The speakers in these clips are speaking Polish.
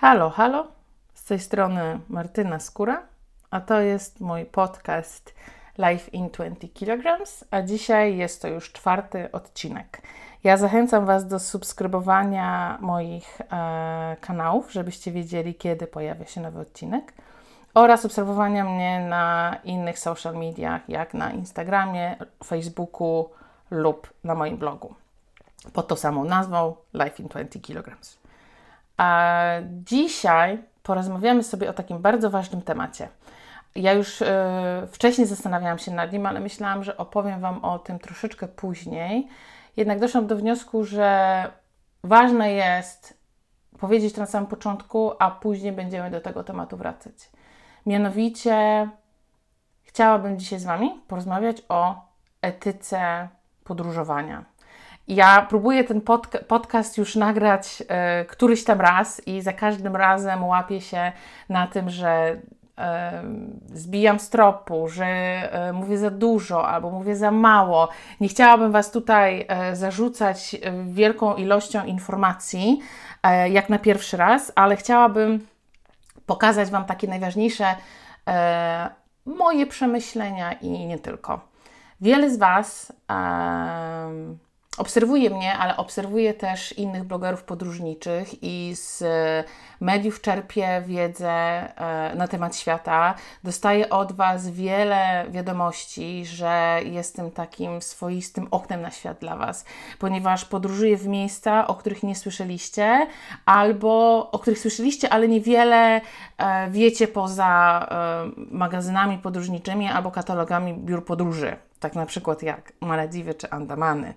Halo, halo, z tej strony Martyna Skóra, a to jest mój podcast Life in 20 Kilograms, a dzisiaj jest to już 4. odcinek. Ja zachęcam Was do subskrybowania moich kanałów, żebyście wiedzieli, kiedy pojawia się nowy odcinek, oraz obserwowania mnie na innych social mediach, jak na Instagramie, Facebooku lub na moim blogu pod tą samą nazwą Life in 20 Kilograms. A dzisiaj porozmawiamy sobie o takim bardzo ważnym temacie. Ja już wcześniej zastanawiałam się nad nim, ale myślałam, że opowiem Wam o tym troszeczkę później. Jednak doszłam do wniosku, że ważne jest powiedzieć to na samym początku, a później będziemy do tego tematu wracać. Mianowicie chciałabym dzisiaj z Wami porozmawiać o etyce podróżowania. Ja próbuję ten podcast już nagrać któryś tam raz i za każdym razem łapię się na tym, że zbijam z tropu, że mówię za dużo albo mówię za mało. Nie chciałabym Was tutaj zarzucać wielką ilością informacji, jak na pierwszy raz, ale chciałabym pokazać Wam takie najważniejsze moje przemyślenia i nie tylko. Wiele z Was obserwuje mnie, ale obserwuję też innych blogerów podróżniczych i z mediów czerpię wiedzę na temat świata. Dostaję od Was wiele wiadomości, że jestem takim swoistym oknem na świat dla Was, ponieważ podróżuję w miejsca, o których nie słyszeliście, albo o których słyszeliście, ale niewiele wiecie poza magazynami podróżniczymi albo katalogami biur podróży, tak na przykład jak Malediwy czy Andamany.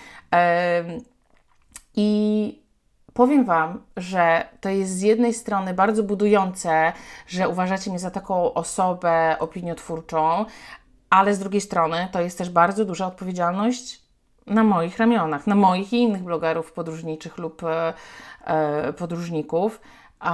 I powiem Wam, że to jest z jednej strony bardzo budujące, że uważacie mnie za taką osobę opiniotwórczą, ale z drugiej strony to jest też bardzo duża odpowiedzialność na moich ramionach, na moich i innych blogerów podróżniczych lub podróżników,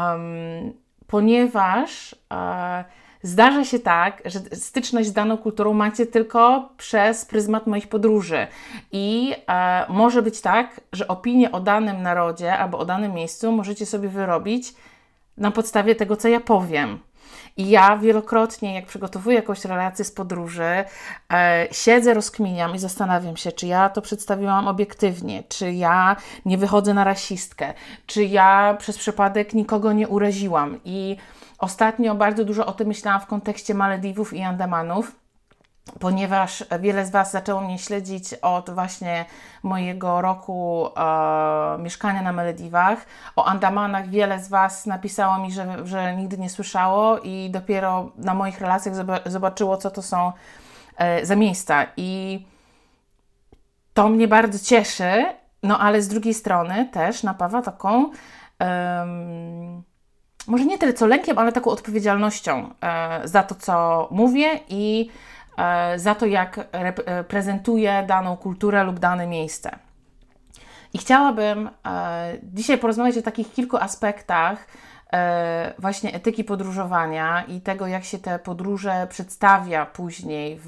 ponieważ zdarza się tak, że styczność z daną kulturą macie tylko przez pryzmat moich podróży i może być tak, że opinię o danym narodzie albo o danym miejscu możecie sobie wyrobić na podstawie tego, co ja powiem. I ja wielokrotnie, jak przygotowuję jakąś relację z podróży, siedzę, rozkminiam i zastanawiam się, czy ja to przedstawiłam obiektywnie, czy ja nie wychodzę na rasistkę, czy ja przez przypadek nikogo nie uraziłam. I ostatnio bardzo dużo o tym myślałam w kontekście Malediwów i Andamanów, ponieważ wiele z Was zaczęło mnie śledzić od właśnie mojego roku mieszkania na Malediwach. O Andamanach wiele z Was napisało mi, że nigdy nie słyszało i dopiero na moich relacjach zobaczyło, co to są za miejsca. I to mnie bardzo cieszy, no ale z drugiej strony też napawa taką może nie tyle co lękiem, ale taką odpowiedzialnością za to, co mówię i za to, jak prezentuję daną kulturę lub dane miejsce. I chciałabym dzisiaj porozmawiać o takich kilku aspektach właśnie etyki podróżowania i tego, jak się te podróże przedstawia później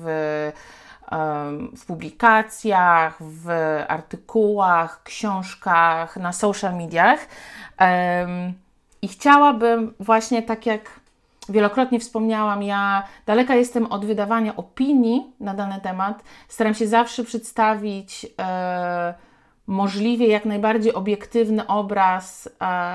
w publikacjach, w artykułach, książkach, na social mediach. I chciałabym właśnie, tak jak wielokrotnie wspomniałam, ja daleka jestem od wydawania opinii na dany temat. Staram się zawsze przedstawić możliwie jak najbardziej obiektywny obraz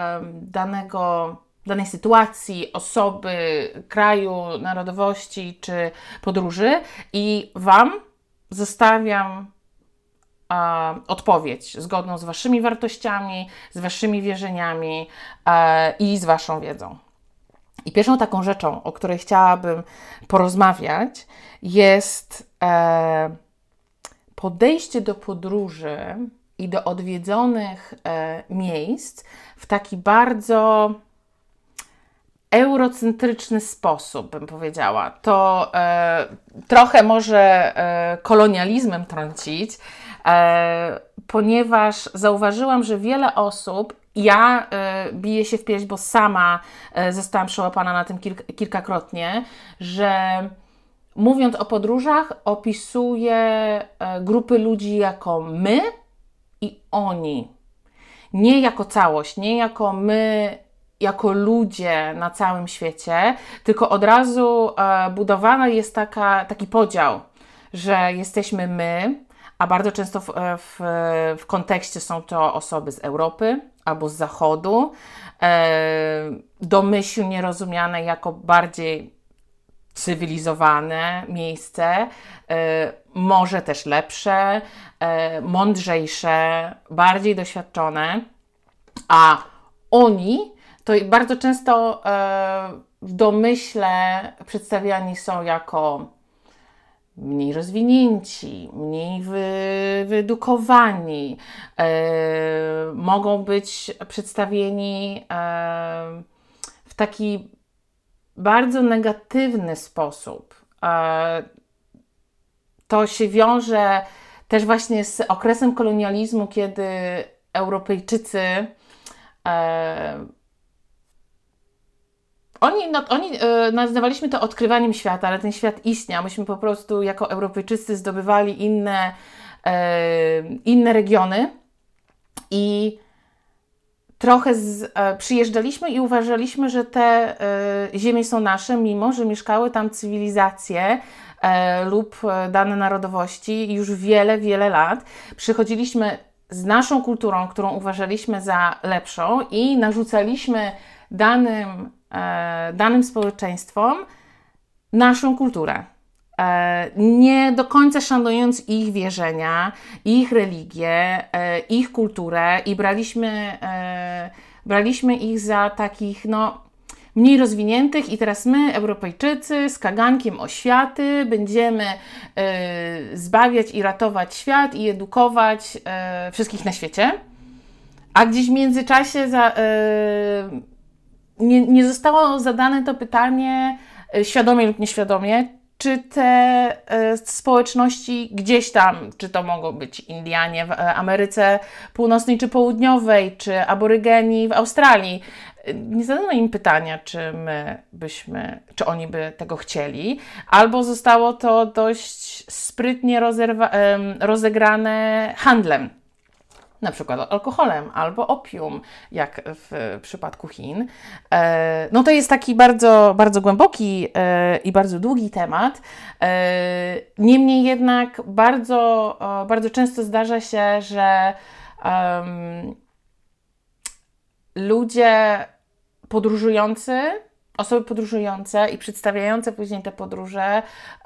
danej sytuacji, osoby, kraju, narodowości czy podróży i Wam zostawiam odpowiedź zgodną z Waszymi wartościami, z Waszymi wierzeniami i z Waszą wiedzą. I pierwszą taką rzeczą, o której chciałabym porozmawiać, jest podejście do podróży i do odwiedzonych miejsc w taki bardzo eurocentryczny sposób, bym powiedziała. To trochę może kolonializmem trącić, ponieważ zauważyłam, że wiele osób, ja biję się w pierś, bo sama zostałam przełapana na tym kilkakrotnie, że mówiąc o podróżach, opisuje grupy ludzi jako my i oni. Nie jako całość, nie jako my jako ludzie na całym świecie, tylko od razu budowana jest taki podział, że jesteśmy my, a bardzo często w kontekście są to osoby z Europy albo z Zachodu, domyślnie rozumiane jako bardziej cywilizowane miejsce, może też lepsze, mądrzejsze, bardziej doświadczone, a oni to bardzo często w domyśle przedstawiani są jako mniej rozwinięci, mniej wyedukowani, mogą być przedstawieni w taki bardzo negatywny sposób. To się wiąże też właśnie z okresem kolonializmu, kiedy Europejczycy oni nazywaliśmy to odkrywaniem świata, ale ten świat istniał. Myśmy po prostu jako Europejczycy zdobywali inne regiony i trochę przyjeżdżaliśmy i uważaliśmy, że te ziemie są nasze, mimo że mieszkały tam cywilizacje lub dane narodowości już wiele, wiele lat. Przychodziliśmy z naszą kulturą, którą uważaliśmy za lepszą i narzucaliśmy danym społeczeństwom naszą kulturę. Nie do końca szanując ich wierzenia, ich religię, ich kulturę i braliśmy ich za takich mniej rozwiniętych i teraz my, Europejczycy, z kagankiem oświaty będziemy zbawiać i ratować świat i edukować wszystkich na świecie. A gdzieś w międzyczasie nie zostało zadane to pytanie, świadomie lub nieświadomie, czy te społeczności gdzieś tam, czy to mogą być Indianie w Ameryce Północnej czy Południowej, czy aborygeni w Australii, nie zadano im pytania, czy oni by tego chcieli, albo zostało to dość sprytnie rozegrane handlem, na przykład alkoholem albo opium, jak w przypadku Chin. To jest taki bardzo, bardzo głęboki i bardzo długi temat. Niemniej jednak bardzo, bardzo często zdarza się, że ludzie podróżujący, osoby podróżujące i przedstawiające później te podróże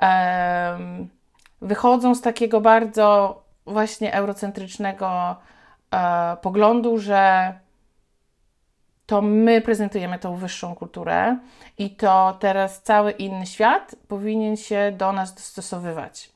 wychodzą z takiego bardzo właśnie eurocentrycznego poglądu, że to my prezentujemy tą wyższą kulturę i to teraz cały inny świat powinien się do nas dostosowywać.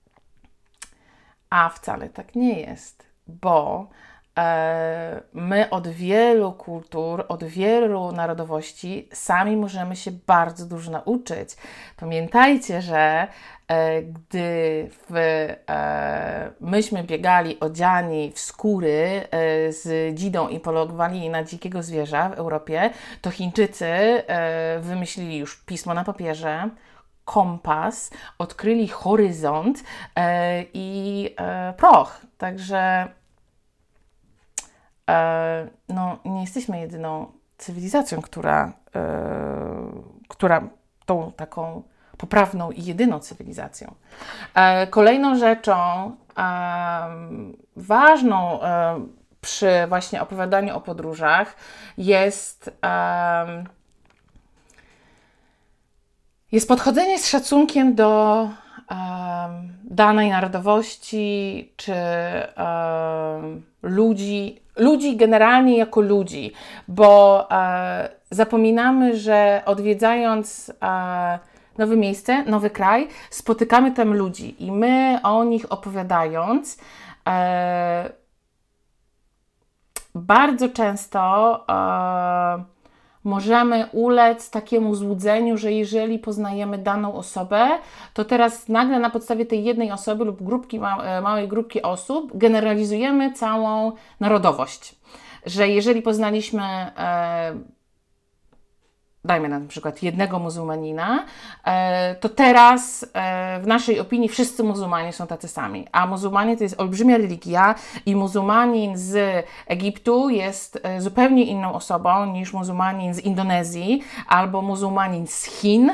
A wcale tak nie jest, bo my od wielu kultur, od wielu narodowości sami możemy się bardzo dużo nauczyć. Pamiętajcie, że gdy myśmy biegali odziani w skóry z dzidą i polowali na dzikiego zwierza w Europie, to Chińczycy wymyślili już pismo na papierze, kompas, odkryli horyzont i proch. Także nie jesteśmy jedyną cywilizacją, która tą taką poprawną i jedyną cywilizacją. Kolejną rzeczą ważną przy właśnie opowiadaniu o podróżach jest podchodzenie z szacunkiem do danej narodowości czy ludzi generalnie jako ludzi, bo zapominamy, że odwiedzając nowe miejsce, nowy kraj, spotykamy tam ludzi i my o nich opowiadając bardzo często możemy ulec takiemu złudzeniu, że jeżeli poznajemy daną osobę, to teraz nagle na podstawie tej jednej osoby lub małej grupki osób generalizujemy całą narodowość. Że jeżeli poznaliśmy dajmy na przykład jednego muzułmanina, to teraz w naszej opinii wszyscy muzułmanie są tacy sami. A muzułmanie to jest olbrzymia religia i muzułmanin z Egiptu jest zupełnie inną osobą niż muzułmanin z Indonezji albo muzułmanin z Chin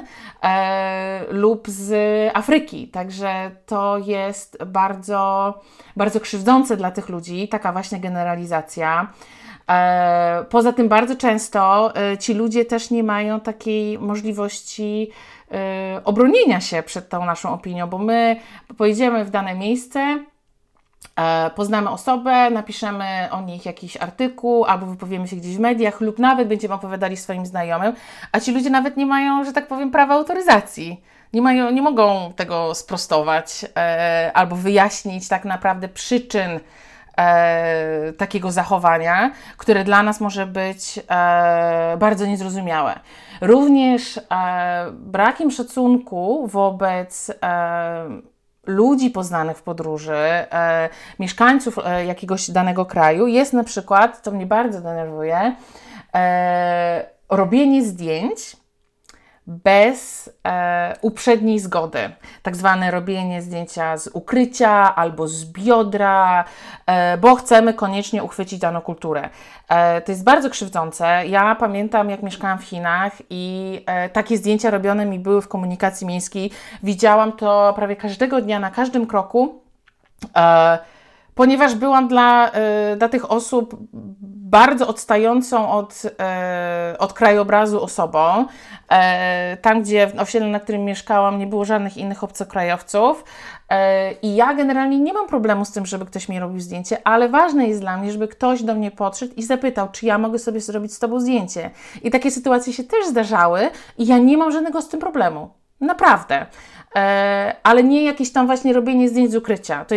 lub z Afryki. Także to jest bardzo, bardzo krzywdzące dla tych ludzi, taka właśnie generalizacja. Poza tym bardzo często ci ludzie też nie mają takiej możliwości obronienia się przed tą naszą opinią, bo my pojedziemy w dane miejsce, poznamy osobę, napiszemy o nich jakiś artykuł, albo wypowiemy się gdzieś w mediach, lub nawet będziemy opowiadali swoim znajomym, a ci ludzie nawet nie mają, że tak powiem, prawa autoryzacji. Nie mogą tego sprostować albo wyjaśnić tak naprawdę przyczyn takiego zachowania, które dla nas może być bardzo niezrozumiałe. Również brakiem szacunku wobec ludzi poznanych w podróży, mieszkańców jakiegoś danego kraju jest na przykład, co mnie bardzo denerwuje, robienie zdjęć bez uprzedniej zgody. Tak zwane robienie zdjęcia z ukrycia albo z biodra, bo chcemy koniecznie uchwycić daną kulturę. To jest bardzo krzywdzące. Ja pamiętam, jak mieszkałam w Chinach i takie zdjęcia robione mi były w komunikacji miejskiej. Widziałam to prawie każdego dnia, na każdym kroku, ponieważ byłam dla tych osób bardzo odstającą od krajobrazu osobą. Tam, gdzie w osiedlu, na którym mieszkałam, nie było żadnych innych obcokrajowców. I ja generalnie nie mam problemu z tym, żeby ktoś mi robił zdjęcie, ale ważne jest dla mnie, żeby ktoś do mnie podszedł i zapytał, czy ja mogę sobie zrobić z Tobą zdjęcie. I takie sytuacje się też zdarzały i ja nie mam żadnego z tym problemu. Naprawdę. Ale nie jakieś tam właśnie robienie zdjęć z ukrycia.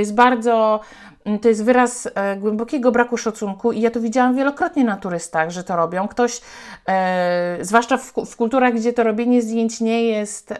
To jest wyraz głębokiego braku szacunku i ja to widziałam wielokrotnie na turystach, że to robią. Ktoś, zwłaszcza w kulturach, gdzie to robienie zdjęć nie jest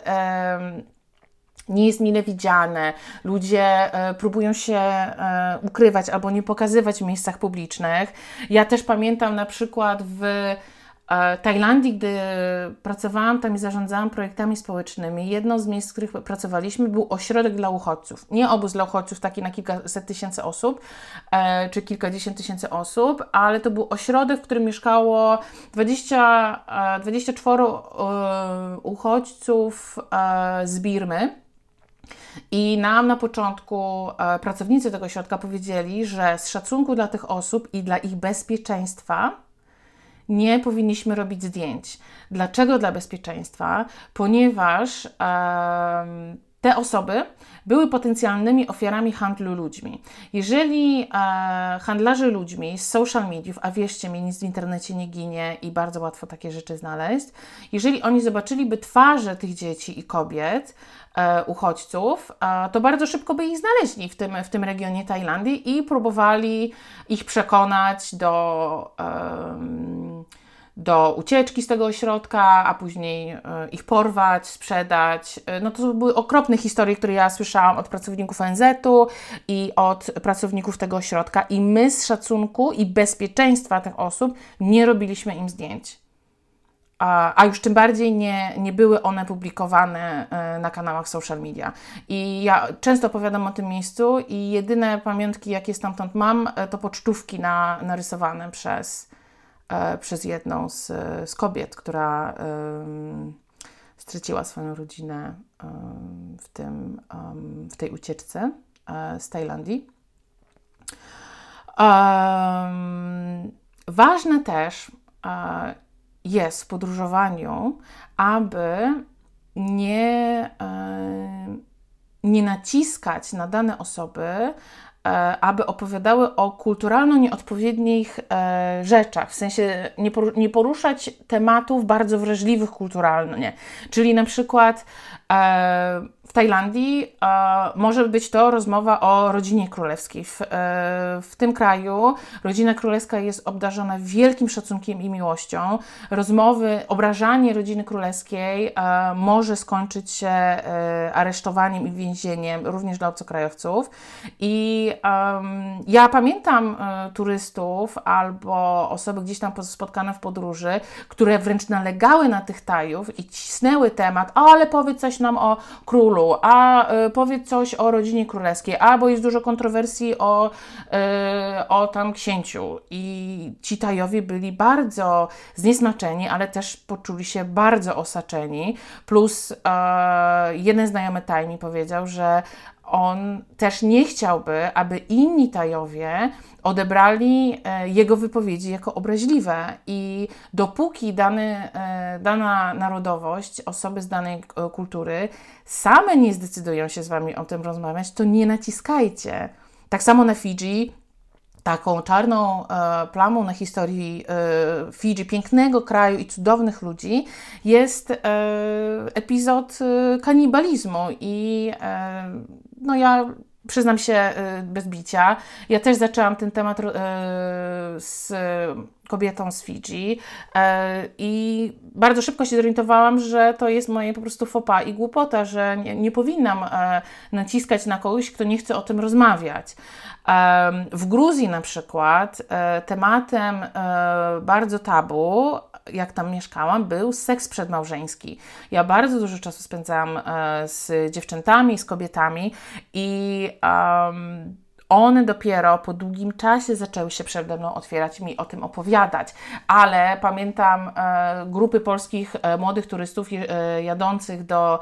mile widziane, ludzie próbują się ukrywać albo nie pokazywać w miejscach publicznych. Ja też pamiętam na przykład w Tajlandii, gdy pracowałam tam i zarządzałam projektami społecznymi, jedno z miejsc, w których pracowaliśmy, był ośrodek dla uchodźców. Nie obóz dla uchodźców, taki na kilkaset tysięcy osób, czy kilkadziesiąt tysięcy osób, ale to był ośrodek, w którym mieszkało 24 uchodźców z Birmy. I nam na początku pracownicy tego ośrodka powiedzieli, że z szacunku dla tych osób i dla ich bezpieczeństwa nie powinniśmy robić zdjęć. Dlaczego dla bezpieczeństwa? Ponieważ te osoby były potencjalnymi ofiarami handlu ludźmi. Jeżeli handlarze ludźmi z social mediów, a wierzcie mi, nic w internecie nie ginie i bardzo łatwo takie rzeczy znaleźć, jeżeli oni zobaczyliby twarze tych dzieci i kobiet, uchodźców, to bardzo szybko by ich znaleźli w tym regionie Tajlandii i próbowali ich przekonać do ucieczki z tego ośrodka, a później ich porwać, sprzedać. No to były okropne historie, które ja słyszałam od pracowników ONZ-u i od pracowników tego ośrodka i my z szacunku i bezpieczeństwa tych osób nie robiliśmy im zdjęć. A już tym bardziej nie były one publikowane na kanałach social media. I ja często opowiadam o tym miejscu i jedyne pamiątki, jakie stamtąd mam, to pocztówki narysowane przez jedną z kobiet, która straciła swoją rodzinę w tej ucieczce z Tajlandii. Ważne też jest w podróżowaniu, aby nie naciskać na dane osoby, aby opowiadały o kulturalno nieodpowiednich rzeczach, w sensie nie poruszać tematów bardzo wrażliwych kulturalnie, czyli na przykład W Tajlandii może być to rozmowa o rodzinie królewskiej. W tym kraju rodzina królewska jest obdarzona wielkim szacunkiem i miłością. Obrażanie rodziny królewskiej może skończyć się aresztowaniem i więzieniem, również dla obcokrajowców. I ja pamiętam turystów albo osoby gdzieś tam spotkane w podróży, które wręcz nalegały na tych Tajów i cisnęły temat, ale powiedz coś nam o królu, powiedz coś o rodzinie królewskiej, bo jest dużo kontrowersji o tam księciu. I ci Tajowie byli bardzo zniesmaczeni, ale też poczuli się bardzo osaczeni. Plus jeden znajomy Taj mi powiedział, że on też nie chciałby, aby inni Tajowie odebrali jego wypowiedzi jako obraźliwe i dopóki dana narodowość, osoby z danej kultury same nie zdecydują się z Wami o tym rozmawiać, to nie naciskajcie. Tak samo na Fidżi, taką czarną plamą na historii Fidżi, pięknego kraju i cudownych ludzi, jest epizod kanibalizmu i no ja przyznam się bez bicia, ja też zaczęłam ten temat z kobietą z Fidżi i bardzo szybko się zorientowałam, że to jest moje po prostu faux pas i głupota, że nie powinnam naciskać na kogoś, kto nie chce o tym rozmawiać. W Gruzji na przykład tematem bardzo tabu, jak tam mieszkałam, był seks przedmałżeński. Ja bardzo dużo czasu spędzałam z dziewczętami, z kobietami i one dopiero po długim czasie zaczęły się przede mną otwierać i mi o tym opowiadać. Ale pamiętam grupy polskich młodych turystów jadących do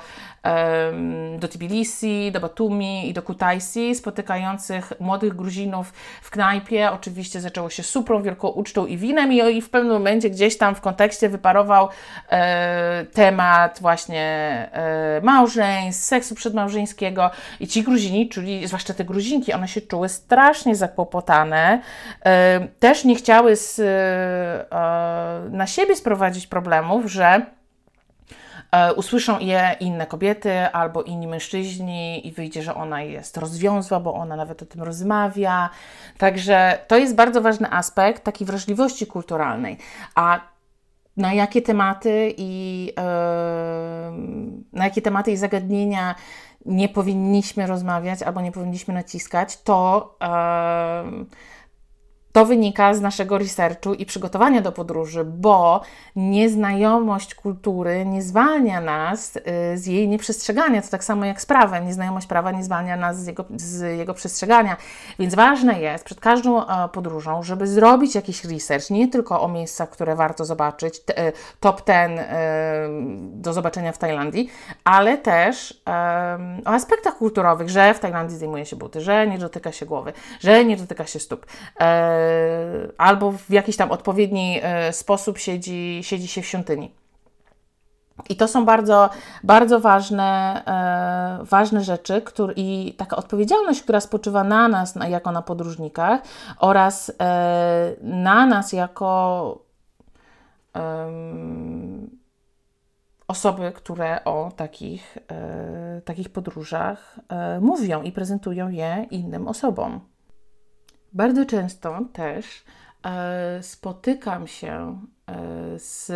Tbilisi, do Batumi i do Kutaisi, spotykających młodych Gruzinów w knajpie. Oczywiście zaczęło się suprą, wielką ucztą i winem i w pewnym momencie gdzieś tam w kontekście wyparował temat właśnie małżeństw, seksu przedmałżeńskiego i ci Gruzini, czyli zwłaszcza te Gruzinki, one się czuły strasznie zakłopotane, też nie chciały na siebie sprowadzić problemów, że usłyszą je inne kobiety albo inni mężczyźni i wyjdzie, że ona jest rozwiązła, bo ona nawet o tym rozmawia. Także to jest bardzo ważny aspekt takiej wrażliwości kulturalnej. A na jakie tematy i zagadnienia nie powinniśmy rozmawiać albo nie powinniśmy naciskać, to wynika z naszego researchu i przygotowania do podróży, bo nieznajomość kultury nie zwalnia nas z jej nieprzestrzegania. To tak samo jak z prawem. Nieznajomość prawa nie zwalnia nas z jego przestrzegania. Więc ważne jest przed każdą podróżą, żeby zrobić jakiś research, nie tylko o miejscach, które warto zobaczyć, top 10 do zobaczenia w Tajlandii, ale też o aspektach kulturowych, że w Tajlandii zdejmuje się buty, że nie dotyka się głowy, że nie dotyka się stóp. Albo w jakiś tam odpowiedni sposób siedzi się w świątyni. I to są bardzo, bardzo ważne rzeczy i taka odpowiedzialność, która spoczywa na nas jako na podróżnikach oraz na nas jako osoby, które o takich podróżach mówią i prezentują je innym osobom. Bardzo często też spotykam się z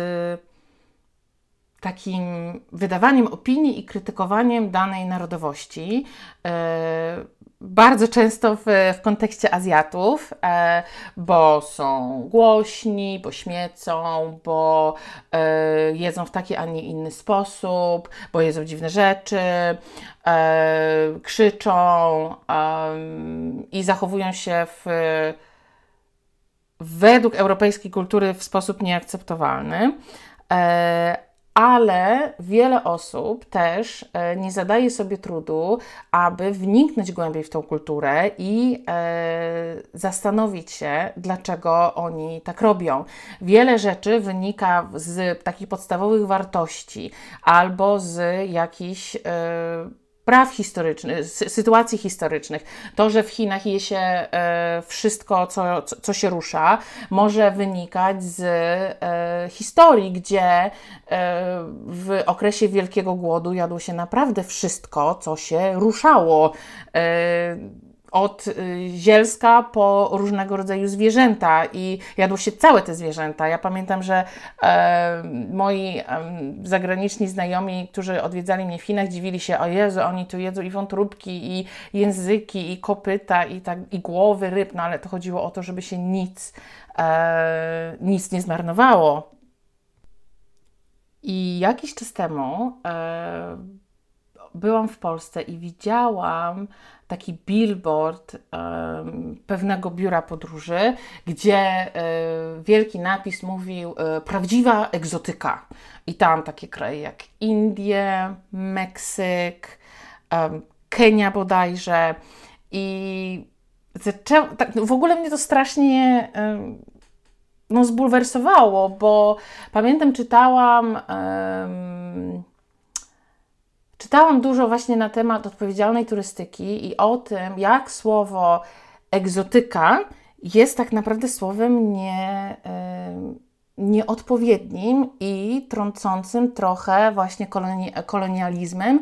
takim wydawaniem opinii i krytykowaniem danej narodowości, bardzo często w kontekście Azjatów, bo są głośni, bo śmiecą, bo jedzą w taki, a nie inny sposób, bo jedzą dziwne rzeczy, krzyczą i zachowują się według europejskiej kultury w sposób nieakceptowalny. Ale wiele osób też nie zadaje sobie trudu, aby wniknąć głębiej w tą kulturę i zastanowić się, dlaczego oni tak robią. Wiele rzeczy wynika z takich podstawowych wartości albo z jakichś praw historycznych, sytuacji historycznych. To, że w Chinach je się wszystko, co się rusza, może wynikać z historii, gdzie w okresie Wielkiego Głodu jadło się naprawdę wszystko, co się ruszało. Od zielska po różnego rodzaju zwierzęta i jadło się całe te zwierzęta. Ja pamiętam, że moi zagraniczni znajomi, którzy odwiedzali mnie w Chinach, dziwili się: o Jezu, oni tu jedzą i wątróbki, i języki, i kopyta, i głowy ryb, no ale to chodziło o to, żeby się nic nie zmarnowało. I jakiś czas temu byłam w Polsce i widziałam taki billboard pewnego biura podróży, gdzie wielki napis mówił prawdziwa egzotyka. I tam takie kraje jak Indie, Meksyk, Kenia bodajże. I tak, w ogóle mnie to strasznie zbulwersowało, bo pamiętam, czytałam dużo właśnie na temat odpowiedzialnej turystyki i o tym, jak słowo egzotyka jest tak naprawdę słowem nieodpowiednim i trącącym trochę właśnie kolonializmem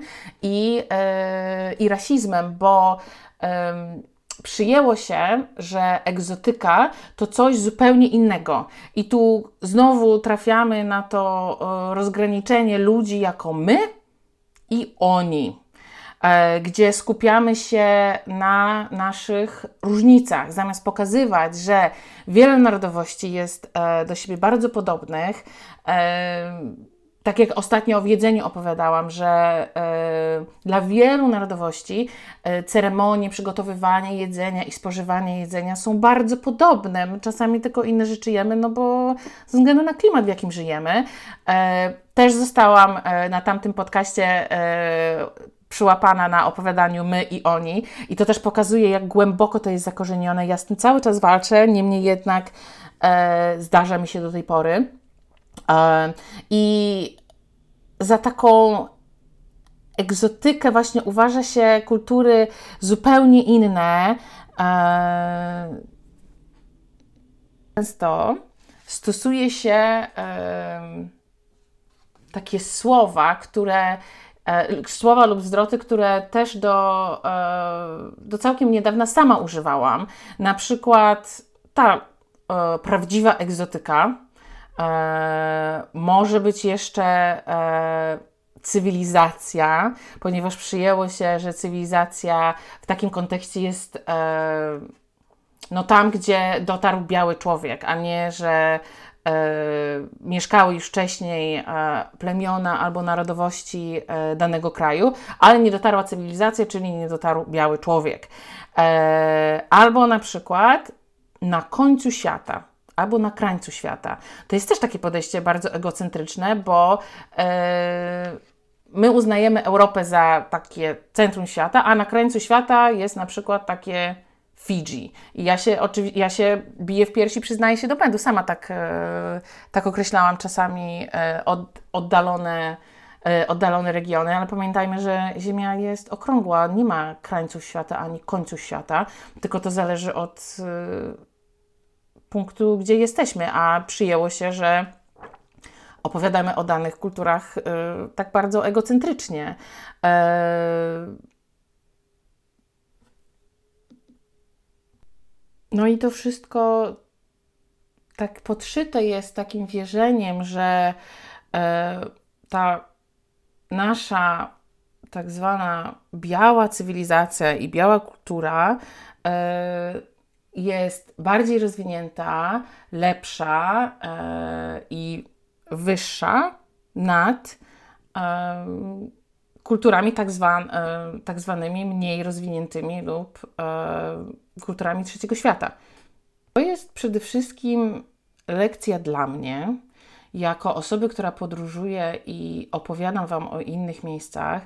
i rasizmem, bo przyjęło się, że egzotyka to coś zupełnie innego. I tu znowu trafiamy na to rozgraniczenie ludzi jako my i oni, gdzie skupiamy się na naszych różnicach, zamiast pokazywać, że wiele narodowości jest do siebie bardzo podobnych. Tak jak ostatnio o jedzeniu opowiadałam, że dla wielu narodowości ceremonie przygotowywania jedzenia i spożywania jedzenia są bardzo podobne. My czasami tylko inne rzeczy jemy, no bo ze względu na klimat, w jakim żyjemy. Też zostałam na tamtym podcaście przyłapana na opowiadaniu my i oni i to też pokazuje, jak głęboko to jest zakorzenione. Ja z tym cały czas walczę, niemniej jednak zdarza mi się do tej pory. I za taką egzotykę właśnie uważa się kultury zupełnie inne. Często stosuje się takie słowa lub zwroty, które też do całkiem niedawna sama używałam. Na przykład ta prawdziwa egzotyka. Może być jeszcze cywilizacja, ponieważ przyjęło się, że cywilizacja w takim kontekście jest tam, gdzie dotarł biały człowiek, a nie, że mieszkały już wcześniej plemiona albo narodowości danego kraju, ale nie dotarła cywilizacja, czyli nie dotarł biały człowiek. Albo na przykład na końcu świata, albo na krańcu świata. To jest też takie podejście bardzo egocentryczne, bo my uznajemy Europę za takie centrum świata, a na krańcu świata jest na przykład takie Fidżi. I ja się biję w piersi, przyznaję się do błędu. Sama tak określałam czasami oddalone regiony, ale pamiętajmy, że Ziemia jest okrągła, nie ma krańców świata ani końców świata, tylko to zależy od punktu, gdzie jesteśmy, a przyjęło się, że opowiadamy o danych kulturach tak bardzo egocentrycznie. No i to wszystko tak podszyte jest takim wierzeniem, że ta nasza tak zwana biała cywilizacja i biała kultura jest bardziej rozwinięta, lepsza i wyższa nad kulturami tak zwanymi mniej rozwiniętymi lub kulturami trzeciego świata. To jest przede wszystkim lekcja dla mnie, jako osoby, która podróżuje i opowiadam Wam o innych miejscach,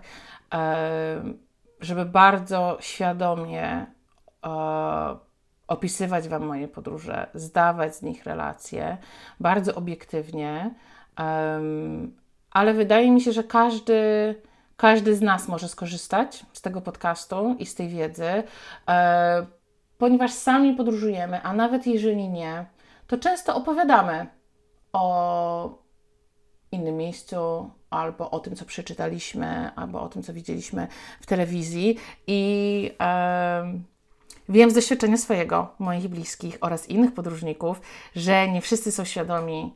żeby bardzo świadomie opisywać Wam moje podróże, zdawać z nich relacje, bardzo obiektywnie, ale wydaje mi się, że każdy z nas może skorzystać z tego podcastu i z tej wiedzy, ponieważ sami podróżujemy, a nawet jeżeli nie, to często opowiadamy o innym miejscu, albo o tym, co przeczytaliśmy, albo o tym, co widzieliśmy w telewizji i wiem z doświadczenia swojego, moich bliskich oraz innych podróżników, że nie wszyscy są świadomi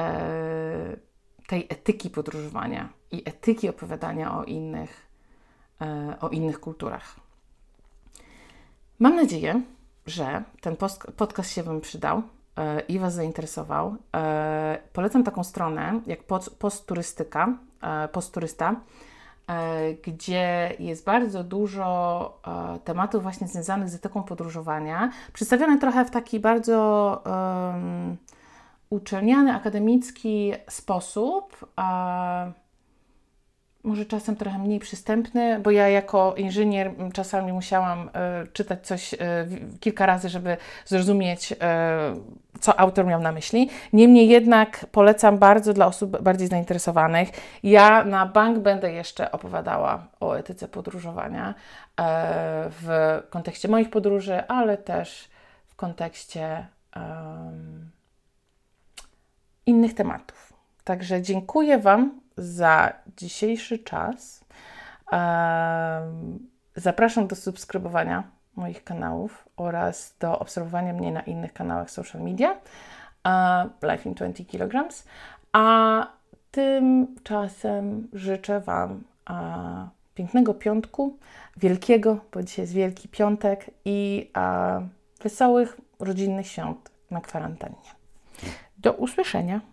tej etyki podróżowania i etyki opowiadania o innych kulturach. Mam nadzieję, że ten podcast się Wam przydał i Was zainteresował. Polecam taką stronę jak Postturysta, gdzie jest bardzo dużo tematów właśnie związanych z etyką podróżowania, przedstawione trochę w taki bardzo uczelniany, akademicki sposób, może czasem trochę mniej przystępny, bo ja jako inżynier czasami musiałam czytać coś kilka razy, żeby zrozumieć, co autor miał na myśli. Niemniej jednak polecam bardzo dla osób bardziej zainteresowanych. Ja na bank będę jeszcze opowiadała o etyce podróżowania w kontekście moich podróży, ale też w kontekście innych tematów. Także dziękuję Wam za dzisiejszy czas. Zapraszam do subskrybowania moich kanałów oraz do obserwowania mnie na innych kanałach social media Life in 20 kg. A tymczasem życzę Wam pięknego piątku, wielkiego, bo dzisiaj jest Wielki Piątek i wesołych, rodzinnych świąt na kwarantannie. Do usłyszenia.